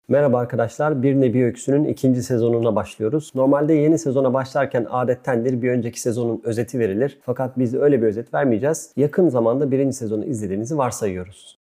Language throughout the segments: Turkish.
Merhaba arkadaşlar, Bir Nebi Öyküsü'nün ikinci sezonuna başlıyoruz. Normalde yeni sezona başlarken adettendir bir önceki sezonun özeti verilir. Fakat biz öyle bir özet vermeyeceğiz. Yakın zamanda birinci sezonu izlediğinizi varsayıyoruz.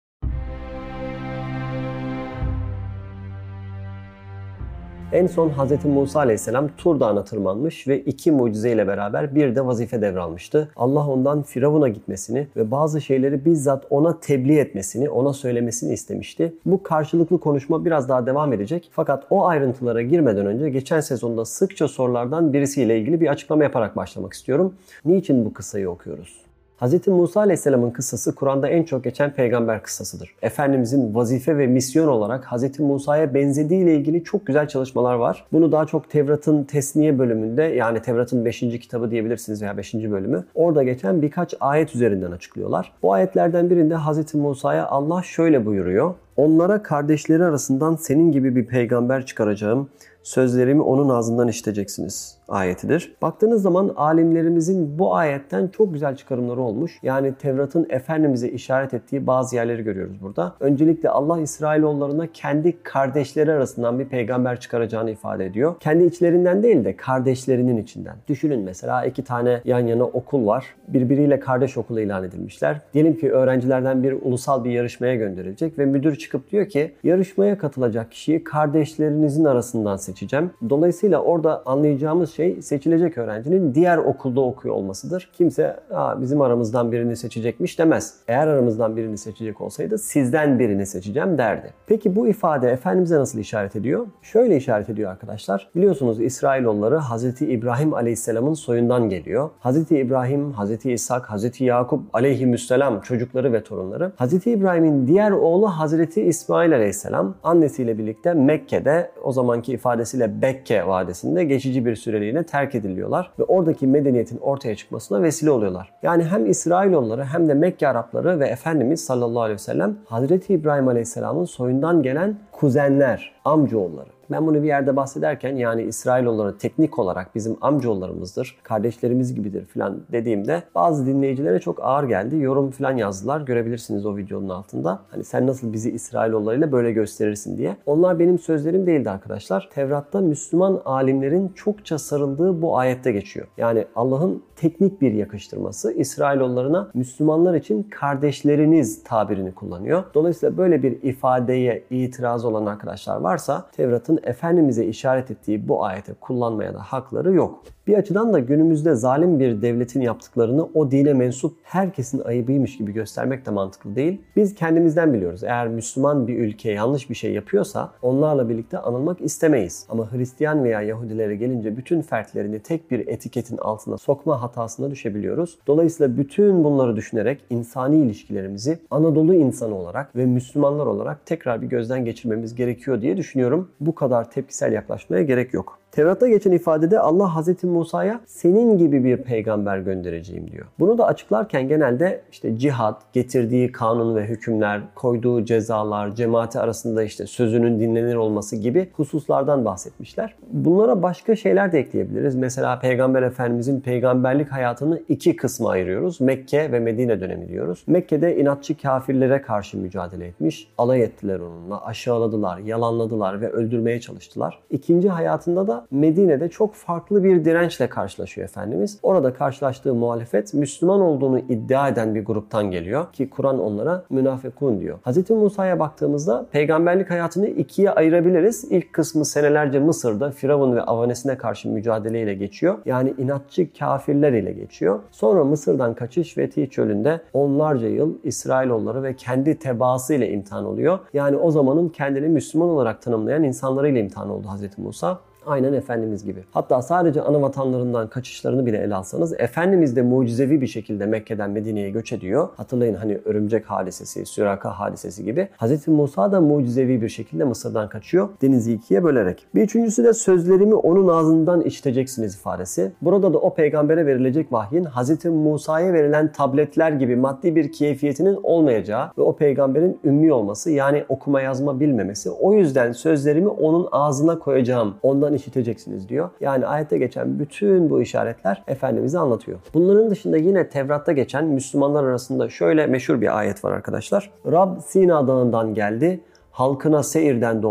En son Hz. Musa Aleyhisselam Tur Dağı'na tırmanmış ve 2 mucizeyle beraber bir de vazife devralmıştı. Allah ondan Firavun'a gitmesini ve bazı şeyleri bizzat ona tebliğ etmesini, ona söylemesini istemişti. Bu karşılıklı konuşma biraz daha devam edecek. Fakat o ayrıntılara girmeden önce geçen sezonda sıkça sorulardan birisiyle ilgili bir açıklama yaparak başlamak istiyorum. Niçin bu kıssayı okuyoruz? Hz. Musa Aleyhisselam'ın kıssası Kur'an'da en çok geçen peygamber kıssasıdır. Efendimizin vazife ve misyon olarak Hz. Musa'ya benzediği ile ilgili çok güzel çalışmalar var. Bunu daha çok Tevrat'ın Tesniye bölümünde, yani Tevrat'ın 5. kitabı diyebilirsiniz veya 5. bölümü. Orada geçen birkaç ayet üzerinden açıklıyorlar. Bu ayetlerden birinde Hz. Musa'ya Allah şöyle buyuruyor. Onlara kardeşleri arasından senin gibi bir peygamber çıkaracağım. Sözlerimi onun ağzından işiteceksiniz ayetidir. Baktığınız zaman alimlerimizin bu ayetten çok güzel çıkarımları olmuş. Yani Tevrat'ın Efendimiz'e işaret ettiği bazı yerleri görüyoruz burada. Öncelikle Allah İsrailoğullarına kendi kardeşleri arasından bir peygamber çıkaracağını ifade ediyor. Kendi içlerinden değil de kardeşlerinin içinden. Düşünün mesela 2 tane yan yana okul var. Birbiriyle kardeş okulu ilan edilmişler. Diyelim ki öğrencilerden biri ulusal bir yarışmaya gönderilecek ve müdür çıkıp diyor ki yarışmaya katılacak kişiyi kardeşlerinizin arasından seçeceğim. Dolayısıyla orada anlayacağımız şey seçilecek öğrencinin diğer okulda okuyor olmasıdır. Kimse bizim aramızdan birini seçecekmiş demez. Eğer aramızdan birini seçecek olsaydı sizden birini seçeceğim derdi. Peki bu ifade Efendimiz'e nasıl işaret ediyor? Şöyle işaret ediyor arkadaşlar. Biliyorsunuz İsrailoğulları Hz. İbrahim Aleyhisselam'ın soyundan geliyor. Hz. İbrahim, Hz. İshak, Hz. Yakup aleyhisselam çocukları ve torunları. Hz. İbrahim'in diğer oğlu Hz. İsmail Aleyhisselam annesiyle birlikte Mekke'de, o zamanki ifadesiyle Bekke Vadisi'nde geçici bir süreliğine terk ediliyorlar ve oradaki medeniyetin ortaya çıkmasına vesile oluyorlar. Yani hem İsrailoğulları hem de Mekke Arapları ve Efendimiz sallallahu aleyhi ve sellem Hazreti İbrahim Aleyhisselam'ın soyundan gelen kuzenler, amcaoğulları. Ben bunu bir yerde bahsederken yani İsrailoğulları teknik olarak bizim amcaoğullarımızdır, kardeşlerimiz gibidir falan dediğimde bazı dinleyicilere çok ağır geldi. Yorum falan yazdılar. Görebilirsiniz o videonun altında. Hani sen nasıl bizi İsrailoğullarıyla böyle gösterirsin diye. Onlar benim sözlerim değildi arkadaşlar. Tevrat'ta Müslüman alimlerin çokça sarıldığı bu ayette geçiyor. Yani Allah'ın teknik bir yakıştırması İsrailoğullarına Müslümanlar için kardeşleriniz tabirini kullanıyor. Dolayısıyla böyle bir ifadeye itiraz olan arkadaşlar varsa Tevrat'ın Efendimiz'e işaret ettiği bu ayeti kullanmaya da hakları yok. Bir açıdan da günümüzde zalim bir devletin yaptıklarını o dine mensup herkesin ayıbıymış gibi göstermek de mantıklı değil. Biz kendimizden biliyoruz. Eğer Müslüman bir ülke yanlış bir şey yapıyorsa onlarla birlikte anılmak istemeyiz. Ama Hristiyan veya Yahudilere gelince bütün fertlerini tek bir etiketin altına sokma hatasına düşebiliyoruz. Dolayısıyla bütün bunları düşünerek insani ilişkilerimizi Anadolu insanı olarak ve Müslümanlar olarak tekrar bir gözden geçirmemiz gerekiyor diye düşünüyorum. Bu kadar tepkisel yaklaşmaya gerek yok. Tevrat'ta geçen ifadede Allah Hz. Musa'ya senin gibi bir peygamber göndereceğim diyor. Bunu da açıklarken genelde cihad, getirdiği kanun ve hükümler, koyduğu cezalar, cemaati arasında sözünün dinlenir olması gibi hususlardan bahsetmişler. Bunlara başka şeyler de ekleyebiliriz. Mesela Peygamber Efendimizin peygamberlik hayatını 2 kısma ayırıyoruz. Mekke ve Medine dönemi diyoruz. Mekke'de inatçı kafirlere karşı mücadele etmiş, alay ettiler onunla, aşağıladılar, yalanladılar ve öldürmeye çalıştılar. İkinci hayatında da Medine'de çok farklı bir dirençle karşılaşıyor Efendimiz. Orada karşılaştığı muhalefet Müslüman olduğunu iddia eden bir gruptan geliyor ki Kur'an onlara münafıkun diyor. Hz. Musa'ya baktığımızda peygamberlik hayatını 2'ye ayırabiliriz. İlk kısmı senelerce Mısır'da Firavun ve avanesine karşı mücadeleyle geçiyor. Yani inatçı kafirler ile geçiyor. Sonra Mısır'dan kaçış ve Tih çölünde onlarca yıl İsrailoğulları ve kendi tebaası ile imtihan oluyor. Yani o zamanın kendini Müslüman olarak tanımlayan insanlarıyla imtihan oldu Hz. Musa. Aynen Efendimiz gibi. Hatta sadece ana vatanlarından kaçışlarını bile ele alsanız Efendimiz de mucizevi bir şekilde Mekke'den Medine'ye göç ediyor. Hatırlayın hani örümcek hadisesi, Süraka hadisesi gibi. Hz. Musa da mucizevi bir şekilde Mısır'dan kaçıyor. Denizi 2'ye bölerek. Bir üçüncüsü de sözlerimi onun ağzından işiteceksiniz ifadesi. Burada da o peygambere verilecek vahyin Hz. Musa'ya verilen tabletler gibi maddi bir keyfiyetinin olmayacağı ve o peygamberin ümmi olması yani okuma yazma bilmemesi. O yüzden sözlerimi onun ağzına koyacağım. Ondan işiteceksiniz diyor. Yani ayette geçen bütün bu işaretler Efendimiz'i anlatıyor. Bunların dışında yine Tevrat'ta geçen Müslümanlar arasında şöyle meşhur bir ayet var arkadaşlar. Rab Sina Dağı'ndan geldi, halkına Seir'den doğdu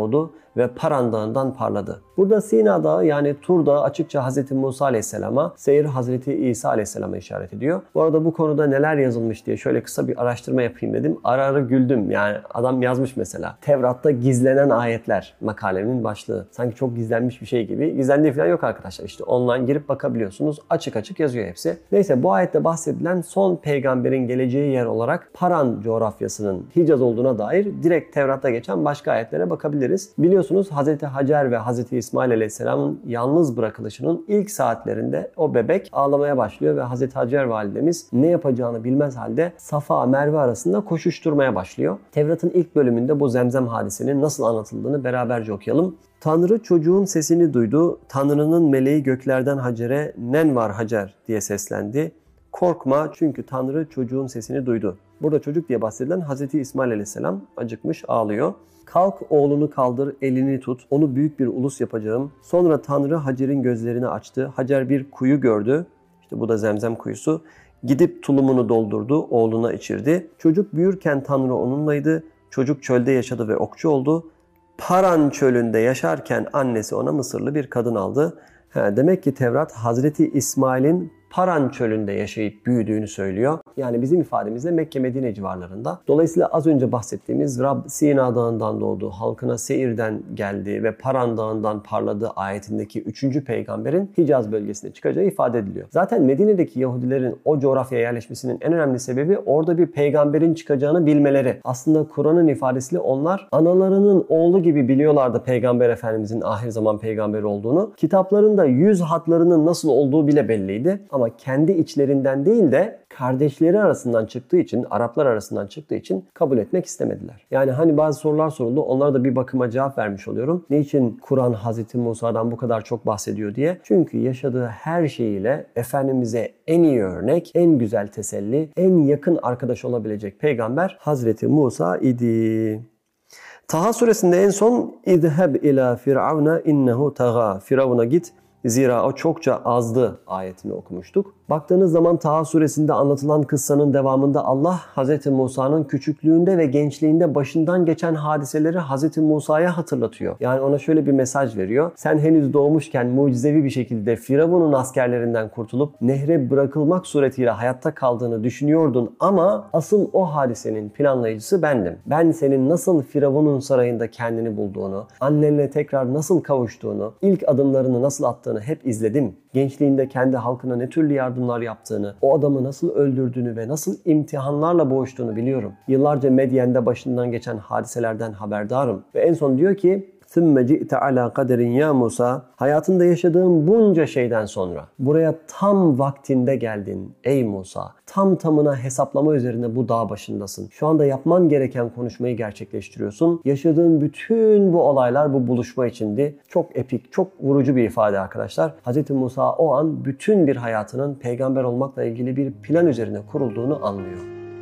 ve Paran Dağı'ndan parladı. Burada Sina Dağı yani Tur Dağı açıkça Hz. Musa Aleyhisselam'a, Seyir Hz. İsa Aleyhisselam'a işaret ediyor. Bu arada bu konuda neler yazılmış diye şöyle kısa bir araştırma yapayım dedim. Ara ara güldüm. Yani adam yazmış mesela. Tevrat'ta gizlenen ayetler makalenin başlığı. Sanki çok gizlenmiş bir şey gibi. Gizlendiği falan yok arkadaşlar. İşte online girip bakabiliyorsunuz. Açık açık yazıyor hepsi. Neyse bu ayette bahsedilen son peygamberin geleceği yer olarak Paran coğrafyasının Hicaz olduğuna dair direkt Tevrat'ta geçen başka ayetlere bakabiliriz. Biliyorsunuz Hz. Hacer ve Hz. İsmail Aleyhisselam'ın yalnız bırakılışının ilk saatlerinde o bebek ağlamaya başlıyor ve Hz. Hacer validemiz ne yapacağını bilmez halde Safa Merve arasında koşuşturmaya başlıyor. Tevrat'ın ilk bölümünde bu Zemzem hadisinin nasıl anlatıldığını beraberce okuyalım. Tanrı çocuğun sesini duydu. Tanrı'nın meleği göklerden Hacer'e "Nen var Hacer?" diye seslendi. Korkma çünkü Tanrı çocuğun sesini duydu. Burada çocuk diye bahsedilen Hz. İsmail Aleyhisselam acıkmış ağlıyor. Kalk oğlunu kaldır, elini tut, onu büyük bir ulus yapacağım. Sonra Tanrı Hacer'in gözlerini açtı. Hacer bir kuyu gördü. İşte bu da Zemzem kuyusu. Gidip tulumunu doldurdu, oğluna içirdi. Çocuk büyürken Tanrı onunlaydı. Çocuk çölde yaşadı ve okçu oldu. Paran çölünde yaşarken annesi ona Mısırlı bir kadın aldı. Demek ki Tevrat Hazreti İsmail'in Paran çölünde yaşayıp büyüdüğünü söylüyor. Yani bizim ifademizle Mekke-Medine civarlarında. Dolayısıyla az önce bahsettiğimiz Rab Sina Dağı'ndan doğdu, halkına Seir'den geldi ve Paran Dağı'ndan parladı ayetindeki 3. peygamberin Hicaz bölgesine çıkacağı ifade ediliyor. Zaten Medine'deki Yahudilerin o coğrafyaya yerleşmesinin en önemli sebebi orada bir peygamberin çıkacağını bilmeleri. Aslında Kur'an'ın ifadesiyle onlar analarının oğlu gibi biliyorlardı Peygamber Efendimizin ahir zaman peygamberi olduğunu. Kitaplarında 100 hatlarının nasıl olduğu bile belliydi. Ama kendi içlerinden değil de kardeşleri arasından çıktığı için, Araplar arasından çıktığı için kabul etmek istemediler. Yani hani bazı sorular soruldu, onlara da bir bakıma cevap vermiş oluyorum. Niçin Kur'an Hazreti Musa'dan bu kadar çok bahsediyor diye? Çünkü yaşadığı her şeyiyle Efendimiz'e en iyi örnek, en güzel teselli, en yakın arkadaş olabilecek peygamber Hazreti Musa idi. Taha suresinde en son "İzheb ila firavuna innehu taga." Firavuna git, zira o çokça azdı ayetini okumuştuk. Baktığınız zaman Taha suresinde anlatılan kıssanın devamında Allah Hz. Musa'nın küçüklüğünde ve gençliğinde başından geçen hadiseleri Hz. Musa'ya hatırlatıyor. Yani ona şöyle bir mesaj veriyor. Sen henüz doğmuşken mucizevi bir şekilde Firavun'un askerlerinden kurtulup nehre bırakılmak suretiyle hayatta kaldığını düşünüyordun ama asıl o hadisenin planlayıcısı bendim. Ben senin nasıl Firavun'un sarayında kendini bulduğunu, annenle tekrar nasıl kavuştuğunu, ilk adımlarını nasıl attığını hep izledim. Gençliğinde kendi halkına ne türlü yardımlar yaptığını, o adamı nasıl öldürdüğünü ve nasıl imtihanlarla boğuştuğunu biliyorum. Yıllarca Medyen'de başından geçen hadiselerden haberdarım. Ve en son diyor ki ثُمَّ جِئْتَ عَلَى قَدَرٍ يَا Musa. Hayatında yaşadığın bunca şeyden sonra buraya tam vaktinde geldin ey Musa. Tam tamına hesaplama üzerine bu dağ başındasın. Şu anda yapman gereken konuşmayı gerçekleştiriyorsun. Yaşadığın bütün bu olaylar bu buluşma içindi. Çok epik, çok vurucu bir ifade arkadaşlar. Hz. Musa o an bütün bir hayatının peygamber olmakla ilgili bir plan üzerine kurulduğunu anlıyor.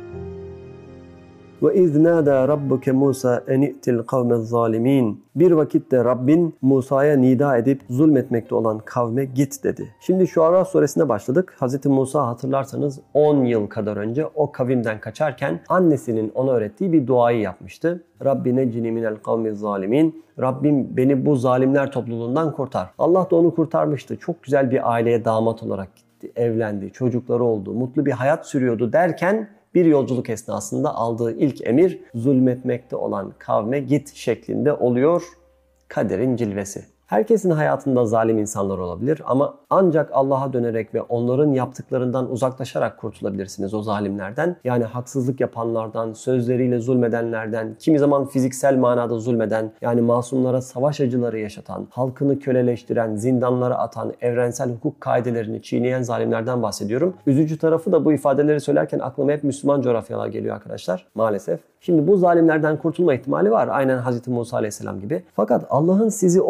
وَاِذْ نَادَى رَبُّكَ مُوسَى اَنِئْتِ الْقَوْمَ الظَّالِمِينَ. Bir vakitte Rabbin Musa'ya nida edip zulmetmekte olan kavme git dedi. Şimdi Şuara suresine başladık. Hz. Musa hatırlarsanız 10 yıl kadar önce o kavimden kaçarken annesinin ona öğrettiği bir duayı yapmıştı. Rabbi necini minel kavmi zalimin. Rabbim beni bu zalimler topluluğundan kurtar. Allah da onu kurtarmıştı. Çok güzel bir aileye damat olarak gitti. Evlendi, çocukları oldu, mutlu bir hayat sürüyordu derken bir yolculuk esnasında aldığı ilk emir zulmetmekte olan kavme git şeklinde oluyor. Kaderin cilvesi. Herkesin hayatında zalim insanlar olabilir ama ancak Allah'a dönerek ve onların yaptıklarından uzaklaşarak kurtulabilirsiniz o zalimlerden. Yani haksızlık yapanlardan, sözleriyle zulmedenlerden, kimi zaman fiziksel manada zulmeden, yani masumlara savaş acıları yaşatan, halkını köleleştiren, zindanlara atan, evrensel hukuk kaidelerini çiğneyen zalimlerden bahsediyorum. Üzücü tarafı da bu ifadeleri söylerken aklıma hep Müslüman coğrafyalar geliyor arkadaşlar maalesef. Şimdi bu zalimlerden kurtulma ihtimali var aynen Hz. Musa Aleyhisselam gibi. Fakat Allah'ın sizi o zalimlerin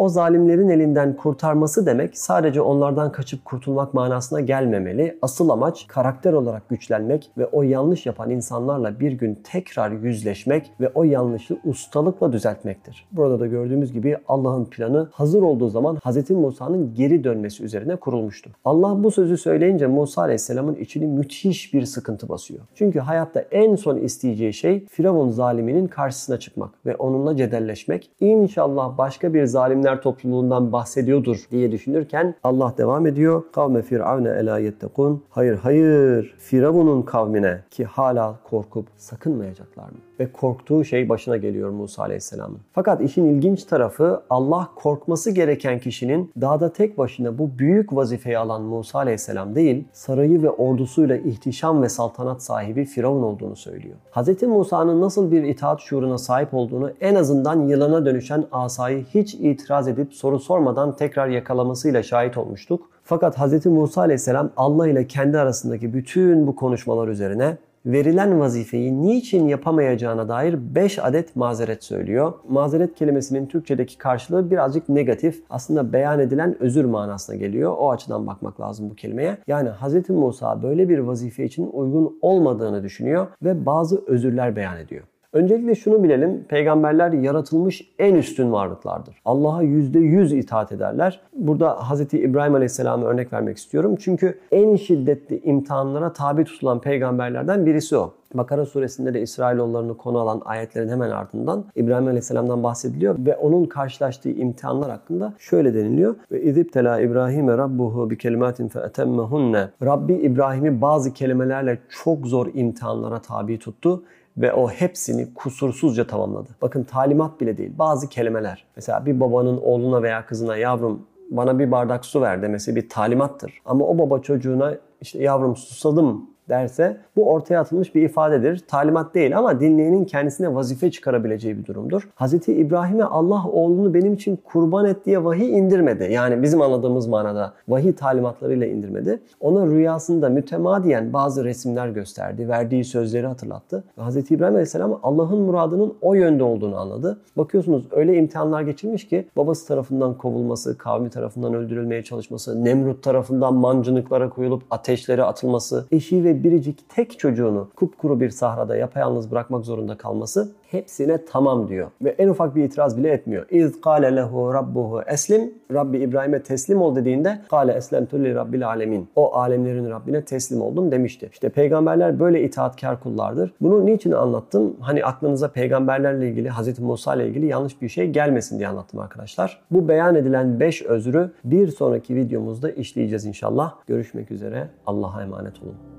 zalimlerin elinden kurtarması demek sadece onlardan kaçıp kurtulmak manasına gelmemeli. Asıl amaç karakter olarak güçlenmek ve o yanlış yapan insanlarla bir gün tekrar yüzleşmek ve o yanlışı ustalıkla düzeltmektir. Burada da gördüğümüz gibi Allah'ın planı hazır olduğu zaman Hz. Musa'nın geri dönmesi üzerine kurulmuştu. Allah bu sözü söyleyince Musa Aleyhisselam'ın içini müthiş bir sıkıntı basıyor. Çünkü hayatta en son isteyeceği şey Firavun zaliminin karşısına çıkmak ve onunla cedelleşmek. İnşallah başka bir zalimler topluluğundan bahsediyordur diye düşünürken Allah devam ediyor. Kavme Firavune elâ yettekûn. Hayır, Firavun'un kavmine ki hala korkup sakınmayacaklar mı? Ve korktuğu şey başına geliyor Musa Aleyhisselam'ın. Fakat işin ilginç tarafı Allah korkması gereken kişinin dağda tek başına bu büyük vazifeyi alan Musa Aleyhisselam değil, sarayı ve ordusuyla ihtişam ve saltanat sahibi Firavun olduğunu söylüyor. Hz. Musa'nın nasıl bir itaat şuuruna sahip olduğunu en azından yılana dönüşen asayı hiç itiraz edip soru sormadan tekrar yakalamasıyla şahit olmuştuk. Fakat Hz. Musa Aleyhisselam Allah ile kendi arasındaki bütün bu konuşmalar üzerine verilen vazifeyi niçin yapamayacağına dair 5 adet mazeret söylüyor. Mazeret kelimesinin Türkçedeki karşılığı birazcık negatif. Aslında beyan edilen özür manasına geliyor. O açıdan bakmak lazım bu kelimeye. Yani Hz. Musa böyle bir vazife için uygun olmadığını düşünüyor ve bazı özürler beyan ediyor. Öncelikle şunu bilelim, peygamberler yaratılmış en üstün varlıklardır. Allah'a %100 itaat ederler. Burada Hz. İbrahim Aleyhisselam'a örnek vermek istiyorum. Çünkü en şiddetli imtihanlara tabi tutulan peygamberlerden birisi o. Bakara suresinde de İsrailoğullarını konu alan ayetlerin hemen ardından İbrahim Aleyhisselam'dan bahsediliyor ve onun karşılaştığı imtihanlar hakkında şöyle deniliyor. Ve izibtela İbrahim'e rabbuhu bi kelimatin fe etemmehunne. Rabbi İbrahim'i bazı kelimelerle çok zor imtihanlara tabi tuttu ve o hepsini kusursuzca tamamladı. Bakın talimat bile değil, bazı kelimeler. Mesela bir babanın oğluna veya kızına yavrum bana bir bardak su ver demesi bir talimattır. Ama o baba çocuğuna işte yavrum susadım derse bu ortaya atılmış bir ifadedir. Talimat değil ama dinleyenin kendisine vazife çıkarabileceği bir durumdur. Hz. İbrahim'e Allah oğlunu benim için kurban et diye vahiy indirmedi. Yani bizim anladığımız manada vahiy talimatlarıyla indirmedi. Ona rüyasında mütemadiyen bazı resimler gösterdi. Verdiği sözleri hatırlattı. Hz. İbrahim Aleyhisselam Allah'ın muradının o yönde olduğunu anladı. Bakıyorsunuz öyle imtihanlar geçirmiş ki babası tarafından kovulması, kavmi tarafından öldürülmeye çalışması, Nemrut tarafından mancınıklara koyulup ateşlere atılması, eşi ve biricik tek çocuğunu kupkuru bir sahrada yapayalnız bırakmak zorunda kalması hepsine tamam diyor. Ve en ufak bir itiraz bile etmiyor. İz kâle lehu rabbuhu eslim. Rabbi İbrahim'e teslim ol dediğinde kâle eslemtu li rabbil alemin. O alemlerin Rabbine teslim oldum demişti. İşte peygamberler böyle itaatkar kullardır. Bunu niçin anlattım? Hani aklınıza peygamberlerle ilgili, Hz. Musa ile ilgili yanlış bir şey gelmesin diye anlattım arkadaşlar. Bu beyan edilen 5 özrü bir sonraki videomuzda işleyeceğiz inşallah. Görüşmek üzere. Allah'a emanet olun.